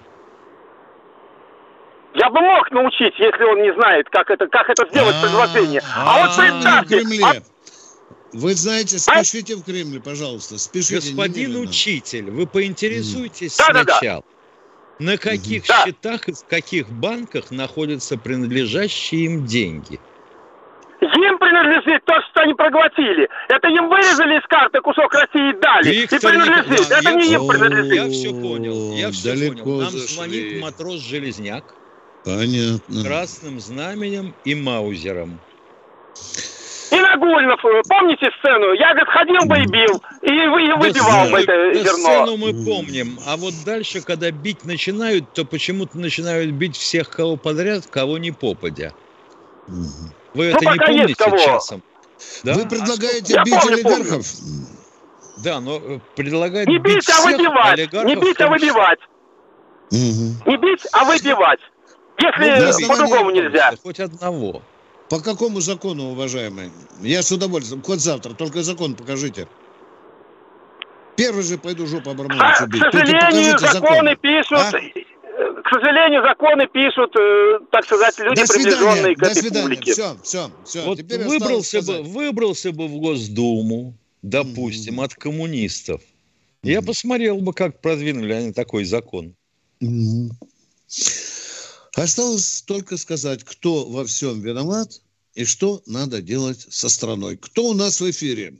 Я бы мог научить, если он не знает, как это, как это сделать А, предложение. А, а, вот в представьте, Кремле. а- Вы знаете, спешите в Кремль, пожалуйста. Спешите. Господин немедленно. учитель, вы поинтересуйтесь Да-да-да. сначала, на каких Да. счетах и в каких банках находятся принадлежащие им деньги? им принадлежит то, что они проглотили. Это им вырезали из карты кусок России и дали. Виктор и принадлежит. Николаевич, это я не все- им принадлежит. Я все понял, я все Далеко понял. Нам зашли. звонит матрос Железняк Понятно. красным знаменем и маузером. И Нагульнов, помните сцену? Я, говорит, ходил бы и бил. И вы- выбивал бы это Да, зерно. сцену мы помним, а вот дальше, когда бить начинают, то почему-то начинают бить всех, кого подряд, кого не попадя. Мгм. Вы это не пока есть помните кого. часом? Да? Вы А предлагаете Я бить помню, олигархов? сколько- Да, но э, предлагают Не бить бить, а всех, выбивать. олигархов Не бить, в том а числе. выбивать. Мгм. Не бить, а выбивать. Если Ну, да, по-другому основание нельзя. Хоть одного. По какому закону, уважаемый? Я с удовольствием. Хоть завтра, только закон покажите. Первый же пойду жопу А, Абрамовичу к бить. Только сожалению, покажите законы закон. пишут, А? э, к сожалению, законы пишут, э, так сказать, люди, До свидания, приближенные к до этой свидания. публике. Все, все, все. Вот Теперь выбрался осталось бы, сказать. выбрался бы в Госдуму, допустим, Мгм. от коммунистов. Я посмотрел бы, как продвинули они такой закон. Мгм. Осталось только сказать, кто во всем виноват и что надо делать со страной. Кто у нас в эфире?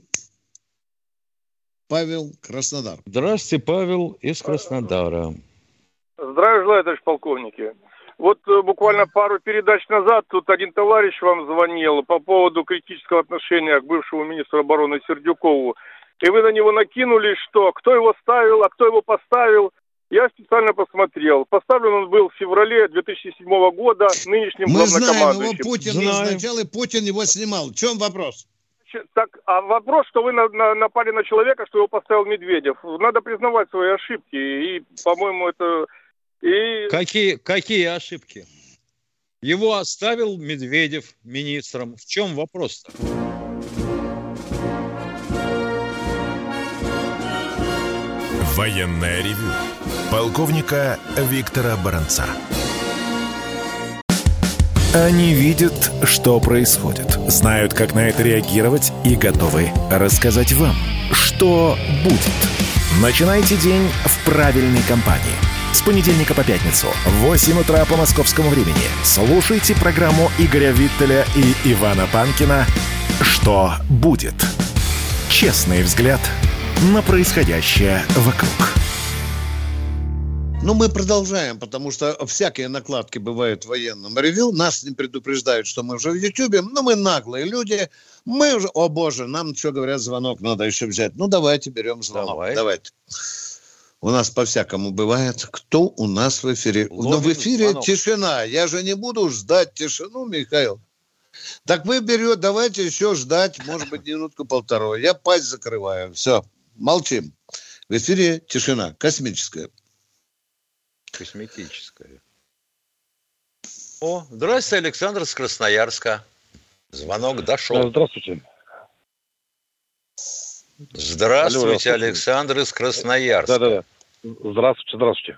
Павел, Краснодар. Здравствуйте, Павел из Краснодара. Здравия желаю, товарищ полковники. Вот э, буквально пару передач назад тут один товарищ вам звонил по поводу критического отношения к бывшему министру обороны Сердюкову. И вы на него накинули, что кто его ставил, а кто его поставил. Я специально посмотрел. Поставлен он был в феврале две тысячи седьмого года нынешним Мы главнокомандующим. знаем, его Путин Знаем. назначал, и Путин его снимал. В чем вопрос? Так, а вопрос, что вы на, на, напали на человека, что его поставил Медведев. Надо признавать свои ошибки. И, по-моему, это... И... Какие, какие ошибки? Его оставил Медведев министром. В чем вопрос-то? Военное ревю полковника Виктора Баранца. Они видят, что происходит, знают, как на это реагировать и готовы рассказать вам, что будет. Начинайте день в правильной компании. С понедельника по пятницу в восемь утра по московскому времени слушайте программу Игоря Виттеля и Ивана Панкина «Что будет?». Честный взгляд на происходящее вокруг. Ну, мы продолжаем, потому что всякие накладки бывают в военном ревью. Нас не предупреждают, что мы уже в Ютьюбе. Но мы наглые люди. Мы уже... О, боже, нам что говорят, звонок надо еще взять. Ну, давайте берем звонок. Давай. Давайте. У нас по-всякому бывает. Кто у нас в эфире? Ловим Но в эфире звонок. Тишина. Я же не буду ждать тишину, Михаил. Так вы берете, давайте еще ждать, может быть, минутку-полторы. Я пасть закрываю. Все, молчим. В эфире тишина. Космическая. Косметическая. О, здравствуйте, Александр с Красноярска. Звонок дошел. Здравствуйте. Здравствуйте, Алло, Александр из Красноярска. Да-да-да. Здравствуйте, здравствуйте.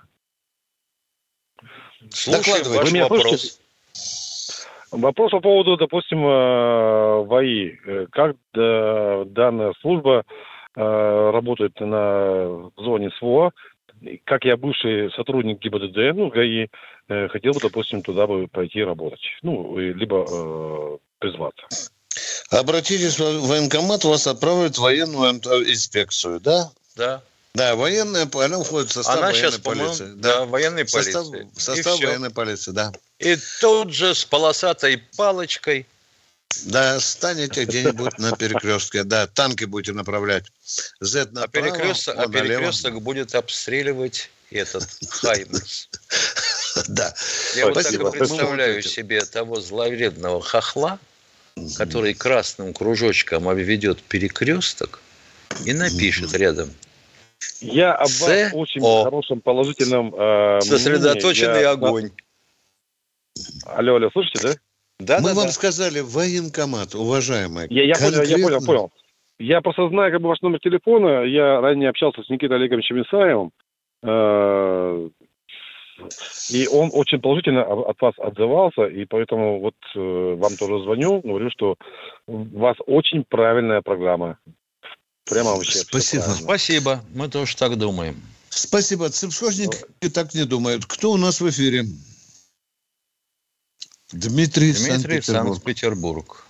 Слушаем ваш вопрос. Слышите? Вопрос по поводу, допустим, ВАИ. Как данная служба работает на зоне СВО? Как я бывший сотрудник ГИБДД, ну, ГАИ, э, хотел бы, допустим, туда бы пойти работать. Ну, либо э, призваться. Обратитесь в военкомат, вас отправят в военную инспекцию, да? Да. Да, военная, она входит в состав она военной сейчас, полиции. Да, да, военной в состав, полиции. В состав военной полиции, да. И тут же с полосатой палочкой. Да, станете где-нибудь на перекрестке, да, танки будете направлять. Z направо, а перекресток, а перекресток будет обстреливать этот Хаймерс. Да. Я вот так представляю себе того зловредного хохла, который красным кружочком обведет перекресток и напишет рядом. Я об вас очень хорошем положительном э, сосредоточенный я... огонь. Алло, алло, слышите, да? Да, Мы да, вам да. сказали военкомат, уважаемый. Я, я, понял, я понял, понял. Я просто знаю как бы ваш номер телефона. Я ранее общался с Никитой Олеговичем Исаевым. Э- и он очень положительно от вас отзывался. И поэтому вот э- вам тоже звоню. Говорю, что у вас очень правильная программа. Прямо вообще. Спасибо. Спасибо. Мы тоже так думаем. Спасибо. Цепшожники Но... так не думают. Кто у нас в эфире? Дмитрий, Дмитрий Санкт-Петербург. Санкт-Петербург.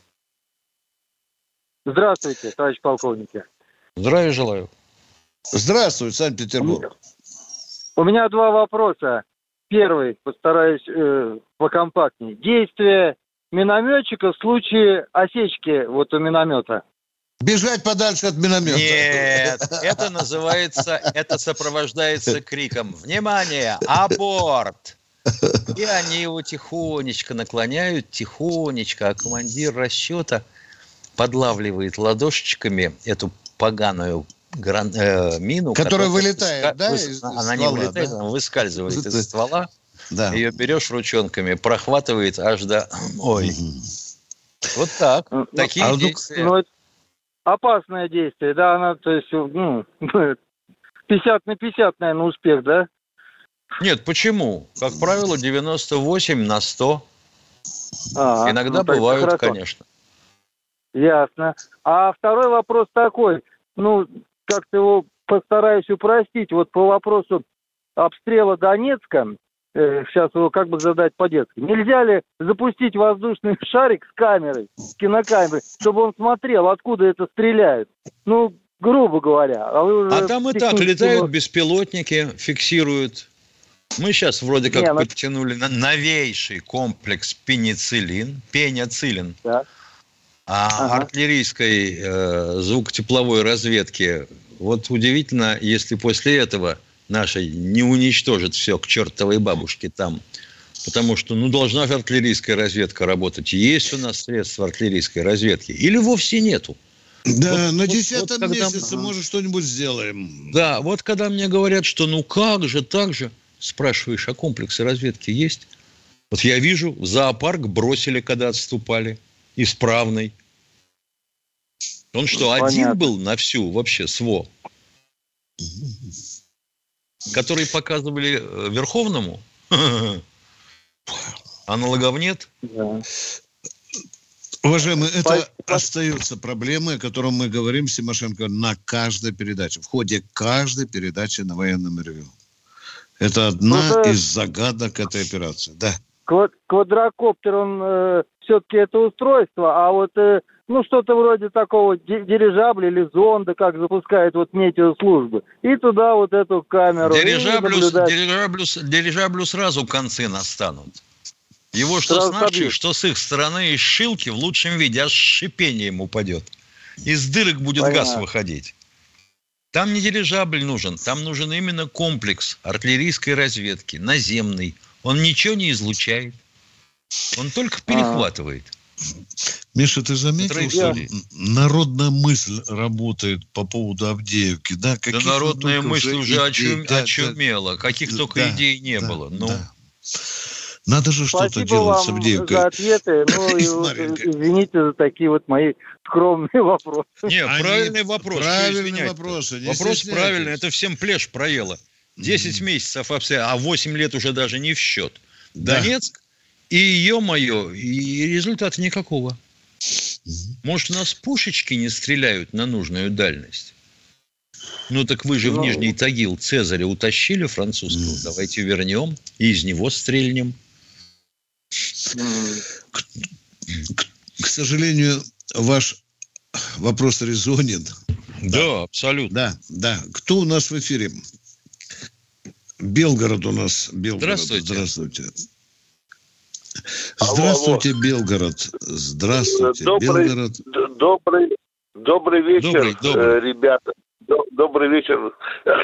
Здравствуйте, товарищ полковники. Здравия желаю. Здравствуй, Санкт-Петербург. У меня два вопроса. Первый, постараюсь э, покомпактнее. Действие минометчика в случае осечки вот у миномета. Бежать подальше от миномета. Нет, это называется, это сопровождается криком: «Внимание! Аборт!» И они его тихонечко наклоняют, тихонечко, а командир расчета подлавливает ладошечками эту поганую гран... э, мину, которая, которая вылетает, выска... да? Выс... Из... Она ствола, не вылетает, да? она выскальзывает из ствола. Да. Ее берешь ручонками, прохватывает аж до... Ой. Угу. Вот так. Ну, такие а действия. Ну, это опасное действие, да? Она, то есть, ну, пятьдесят на пятьдесят, наверное, успех, да? Нет, почему? Как правило, девяносто восемь на сто. А, Иногда ну, бывают, конечно. Ясно. А второй вопрос такой. Ну, как-то его постараюсь упростить. Вот по вопросу обстрела Донецка, э, сейчас его как бы задать по-детски. Нельзя ли запустить воздушный шарик с камерой, с кинокамерой, чтобы он смотрел, откуда это стреляют? Ну, грубо говоря. А, вы уже а там и так летают беспилотники, фиксируют. Мы сейчас вроде как Не, подтянули ну... новейший комплекс пенициллин, пенициллин. Да. А ага. артиллерийской э, звукотепловой разведки, вот удивительно, если после этого наша не уничтожит все к чертовой бабушке там. Потому что, ну, должна же артиллерийская разведка работать. Есть у нас средства артиллерийской разведки? Или вовсе нету? Да, вот, на вот, десятом вот, когда... месяце, может, что-нибудь сделаем. Да, вот когда мне говорят, что ну как же, так же, спрашиваешь, а комплексы разведки есть? Вот я вижу, в зоопарк бросили, когда отступали, исправный. Он что, ну, один понятно. Был на всю вообще СВО? Который показывали Верховному? Аналогов нет? Да. Уважаемые, это Спасибо. Остается проблемой, о которой мы говорим с Тимошенко на каждой передаче, в ходе каждой передачи на военном ревью. Это одна ну, да. из загадок этой операции. Да. Квадрокоптер, он э, все-таки это устройство, а вот э, ну что-то вроде такого дирижабля или зонда, как запускают вот метеослужбы, и туда вот эту камеру. Дирижаблю, дирижаблю, дирижаблю сразу концы настанут. Его что сразу с нашей, собьют. Что с их стороны из шилки в лучшем виде, аж шипением упадет. Из дырок будет Понятно. Газ выходить. Там не дирижабль нужен, там нужен именно комплекс артиллерийской разведки, наземный. Он ничего не излучает. Он только перехватывает. Миша, ты заметил, что народная мысль работает по поводу Авдеевки? Да, да народная мысль уже очум... да, очумела. Да, Каких да, только да, идей не да, было. Ну... Да. Надо же Спасибо что-то делать вам с Авдеевкой. За ответы. Ну, и, извините за такие вот мои скромные вопросы. Нет, правильный вопрос. Правильный вопрос. Вопрос правильный. Это всем плешь проело. Десять месяцев, а восемь лет уже даже не в счет. Да. Донецк, и ё-моё, и результата никакого. Может, у нас пушечки не стреляют на нужную дальность? Ну, так вы же в Нижний Тагил Цезаря утащили французского. Давайте вернем и из него стрельнем. К, к, к сожалению, ваш вопрос резонен. Да, да, абсолютно. Да, да. Кто у нас в эфире? Белгород у нас. Белгород. Здравствуйте. Здравствуйте. Здравствуйте, алло, алло. Белгород. Здравствуйте, добрый, Белгород. Добрый, добрый вечер, добрый, добрый. Э, ребята. Добрый вечер,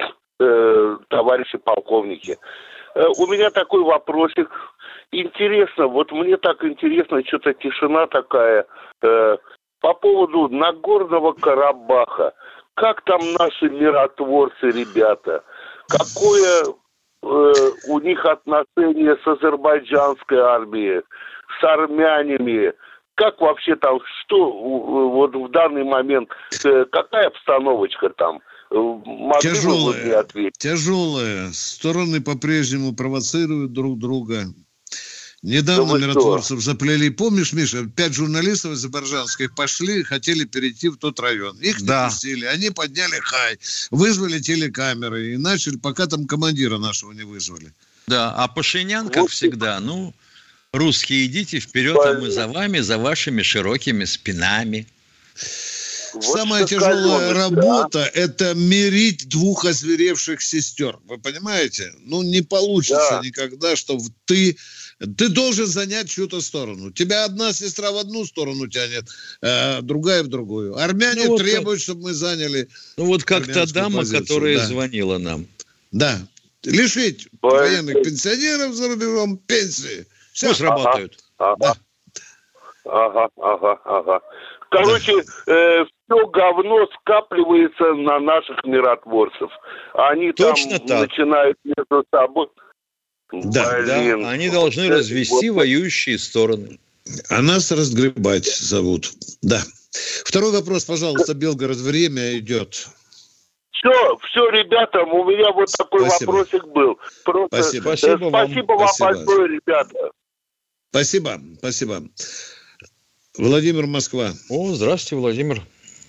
э, товарищи полковники. Э, у меня такой вопросик. Интересно, вот мне так интересно, что-то тишина такая. Э, по поводу Нагорного Карабаха. Как там наши миротворцы, ребята? Какое э, у них отношение с азербайджанской армией, с армянами? Как вообще там, что вот в данный момент, какая обстановочка там? Могли тяжелая, тяжелая. Стороны по-прежнему провоцируют друг друга. Недавно да миротворцев что? заплели. Помнишь, Миша, пять журналистов азербайджанских пошли, хотели перейти в тот район. Их да. не пустили. Они подняли хай, вызвали телекамеры и начали, пока там командира нашего не вызвали. Да, а Пашинян, как вот. всегда, ну... Русские, идите вперед, а мы за вами, за вашими широкими спинами. Вот Самая тяжелая работа да? – это мирить двух озверевших сестер. Вы понимаете? Ну, не получится да. никогда, что ты... Ты должен занять чью-то сторону. Тебя одна сестра в одну сторону тянет, а другая в другую. Армяне ну, вот требуют, как... чтобы мы заняли... Ну, вот как та дама, позицию. которая да. звонила нам. Да. Лишить Ой. военных пенсионеров за рубежом пенсии. Все срабатывают. Ага, да. ага, ага, ага. Короче, да. э, все говно скапливается на наших миротворцев. Они Точно там так. начинают между собой... Да, Блин. да, они должны развести вот. воюющие стороны. А нас разгребать зовут. Да. Второй вопрос, пожалуйста, Белгород, время идет. Все, все, ребята, у меня вот такой Спасибо. вопросик был. Просто, Спасибо. Спасибо вам, Спасибо вам Спасибо. большое, ребята. Спасибо, спасибо. Владимир, Москва. О, здравствуйте, Владимир.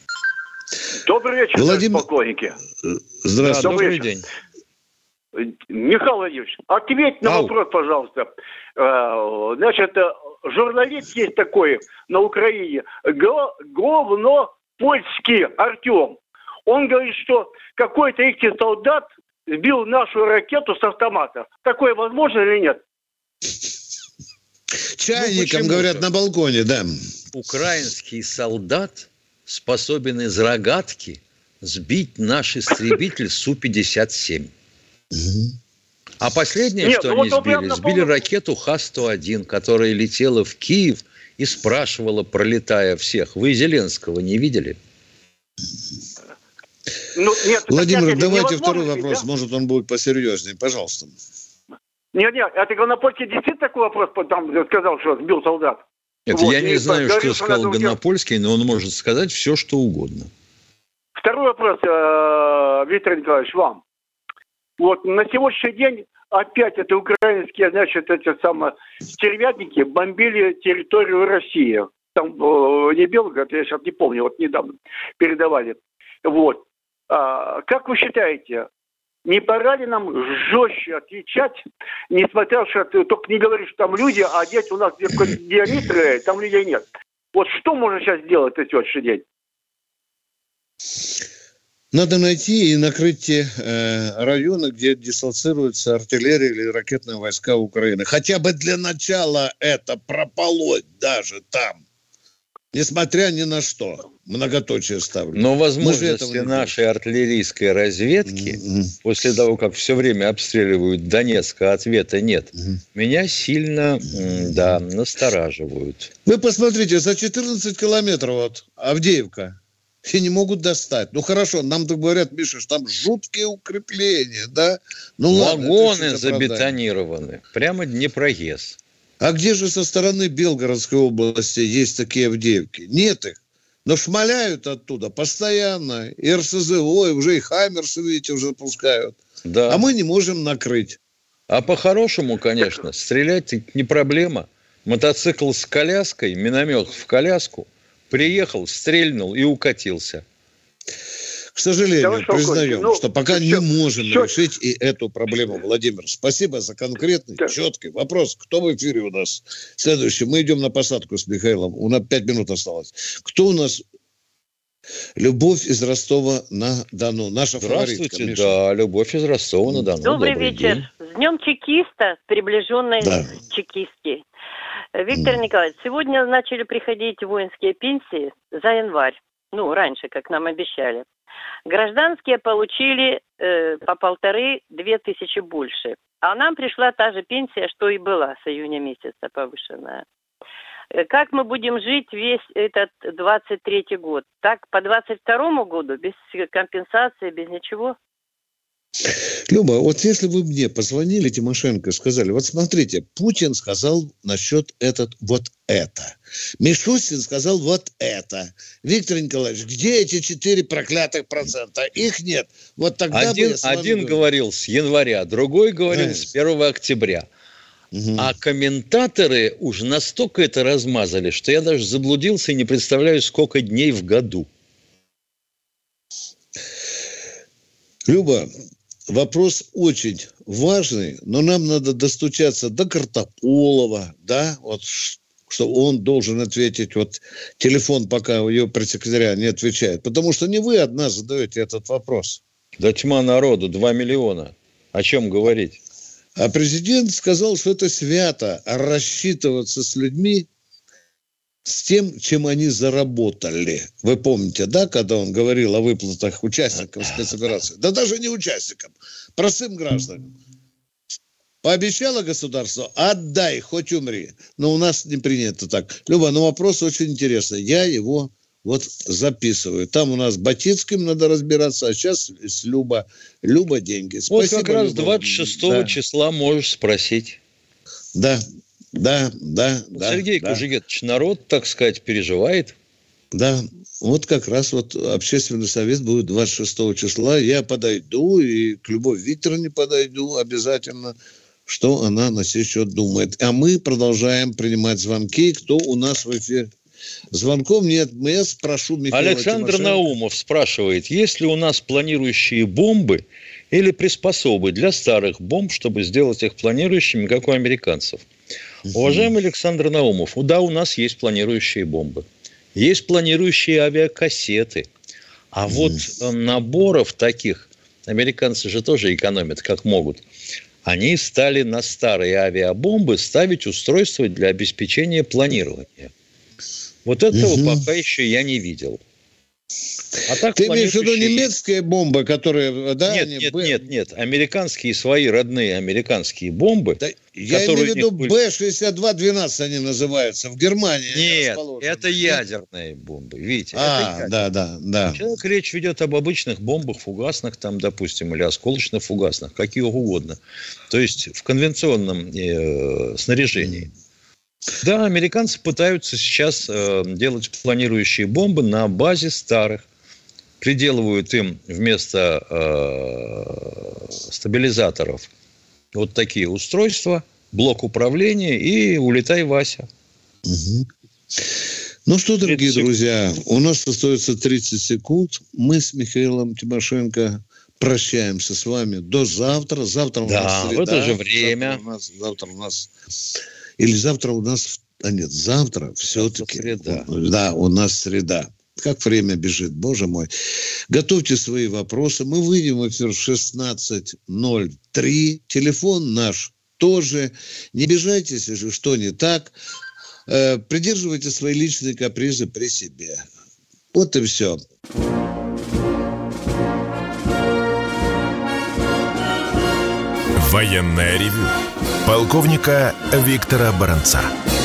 Добрый вечер, Владимир... полковники. Здравствуйте. Да, добрый, добрый день. Михаил Владимирович, ответь на Ау. вопрос, пожалуйста. Значит, журналист есть такой на Украине, Главнопольский Артем. Он говорит, что какой-то их солдат сбил нашу ракету с автомата. Такое возможно или нет? Чайником, ну, говорят, на балконе, да. Украинский солдат способен из рогатки сбить наш истребитель Су пятьдесят семь. А последнее, Нет, что ну они вот он сбили, прям на сбили полном- ракету Ха-сто один, которая летела в Киев и спрашивала, пролетая всех. Вы Зеленского не видели? Ну, нет, Владимир, так, давайте невозможно второй ведь, вопрос. да? Может, он будет посерьезнее. Пожалуйста. Нет, нет, это Гонопольский действительно такой вопрос там сказал, что сбил солдат. Это Вот, я не и знаю, говорил, что сказал надо уйти. Гонопольский, но он может сказать все, что угодно. Второй вопрос, э, Виктор Николаевич, вам. Вот на сегодняшний день опять это украинские, значит, эти самые стервятники бомбили территорию России. Там э, не Белгород, я сейчас не помню, вот недавно передавали. Вот. А, как вы считаете, не пора ли нам жестче отвечать, несмотря что только не говоришь, что там люди, а дети у нас где они стреляют, там людей нет. Вот что можно сейчас сделать на сегодняшний день? Надо найти и накрыть те э, районы, где дислоцируются артиллерия или ракетные войска Украины. Хотя бы для начала это прополоть даже там. Несмотря ни на что. Многоточие ставлю. Но возможности нашей артиллерийской разведки, mm-hmm. после того, как все время обстреливают Донецк, а ответа нет, mm-hmm. меня сильно, да, настораживают. Вы посмотрите, за четырнадцать километров от Авдеевка все не могут достать. Ну, хорошо, нам так говорят, Миша, что там жуткие укрепления, да? Ну, вагоны забетонированы. Прямо Днепрогэс. А где же со стороны Белгородской области есть такие Авдеевки? Нет их. Но шмаляют оттуда постоянно. И эр эс зэ о, и уже и Хаймерсы, видите, уже пускают. Да. А мы не можем накрыть. А по-хорошему, конечно, стрелять не проблема. Мотоцикл с коляской, миномет в коляску, приехал, стрельнул и укатился. К сожалению, да признаем, ну, что пока все, не можем все. решить и эту проблему. Владимир, спасибо за конкретный, да. четкий вопрос. Кто в эфире у нас? Следующий. Мы идем на посадку с Михаилом. У нас пять минут осталось. Кто у нас? Любовь из Ростова-на-Дону. Наша фаворитка. Здравствуйте, Миша. Да, Любовь из Ростова-на-Дону. Добрый, Добрый вечер. день. С Днем чекиста, приближенной да. чекистки. Виктор mm. Николаевич, сегодня начали приходить воинские пенсии за январь. Ну, раньше, как нам обещали. Гражданские получили э, по полторы-две тысячи больше. А нам пришла та же пенсия, что и была с июня месяца повышенная. Как мы будем жить весь этот двадцать третий год? Так, по двадцать второму году, без компенсации, без ничего? Люба, вот если вы мне позвонили, Тимошенко, сказали, вот смотрите, Путин сказал насчет этот, вот это. Мишустин сказал вот это. Виктор Николаевич, где эти четыре проклятых процента? Их нет. Вот тогда один, бы я с вами один говорил. говорил с января, другой говорил Правильно. с первого октября. Угу. А комментаторы уже настолько это размазали, что я даже заблудился и не представляю, сколько дней в году. Люба, вопрос очень важный, но нам надо достучаться до Картополова, да, вот, что он должен ответить, вот телефон пока ее пресс-секретаря не отвечает, потому что не вы одна задаете этот вопрос. Да тьма народу, два миллиона. О чем говорить? А президент сказал, что это свято, а рассчитываться с людьми, с тем, чем они заработали. Вы помните, да, когда он говорил о выплатах участникам спецоперации? Да даже не участникам, простым гражданам. Пообещало государство, отдай, хоть умри. Но у нас не принято так. Люба, ну вопрос очень интересный. Я его вот записываю. Там у нас с Батицким надо разбираться, а сейчас с Люба. Люба деньги. Вот Спасибо, как раз Люба. двадцать шестого да. числа можешь спросить. Да, да, да. да Сергей да. Кужегетович, народ, так сказать, переживает. Да, вот как раз вот общественный совет будет двадцать шестого числа. Я подойду и к Любови Викторовне подойду обязательно, что она на сей счет думает. А мы продолжаем принимать звонки. Кто у нас в эфире? Звонков нет. Я спрошу Михаила Александр Тимошенко. Наумов спрашивает, есть ли у нас планирующие бомбы или приспособы для старых бомб, чтобы сделать их планирующими, как у американцев? Uh-huh. Уважаемый Александр Наумов, да, у нас есть планирующие бомбы. Есть планирующие авиакассеты. А uh-huh. вот наборов таких, американцы же тоже экономят, как могут. Они стали на старые авиабомбы ставить устройства для обеспечения планирования. Вот этого угу. пока еще я не видел. А так Ты имеешь в виду немецкие бомбы, которые... Да, нет, они... нет, нет, нет. Американские, свои родные американские бомбы. Да, я имею в виду Бэ шестьдесят два двенадцать они называются. В Германии. Нет, это ядерные бомбы. Видите? А, да, да, да. Человек речь ведет об обычных бомбах, фугасных, там, допустим, или осколочно-фугасных, какие угодно. То есть в конвенционном э, снаряжении. Да, американцы пытаются сейчас э, делать планирующие бомбы на базе старых. Приделывают им вместо э, стабилизаторов вот такие устройства, блок управления и улетай, Вася. Угу. Ну что, дорогие друзья, у нас остается тридцать секунд. Мы с Михаилом Тимошенко прощаемся с вами до завтра. Завтра у да, нас среда. В это же время. Завтра у нас, завтра у нас... Или завтра у нас... А нет, завтра все-таки... Среда. Да, у нас среда. Как время бежит, боже мой. Готовьте свои вопросы. Мы выйдем в эфир в шестнадцать ноль три. Телефон наш тоже. Не обижайтесь, если что не так. Э, придерживайте свои личные капризы при себе. Вот и все. Военное ревю полковника Виктора Баранца.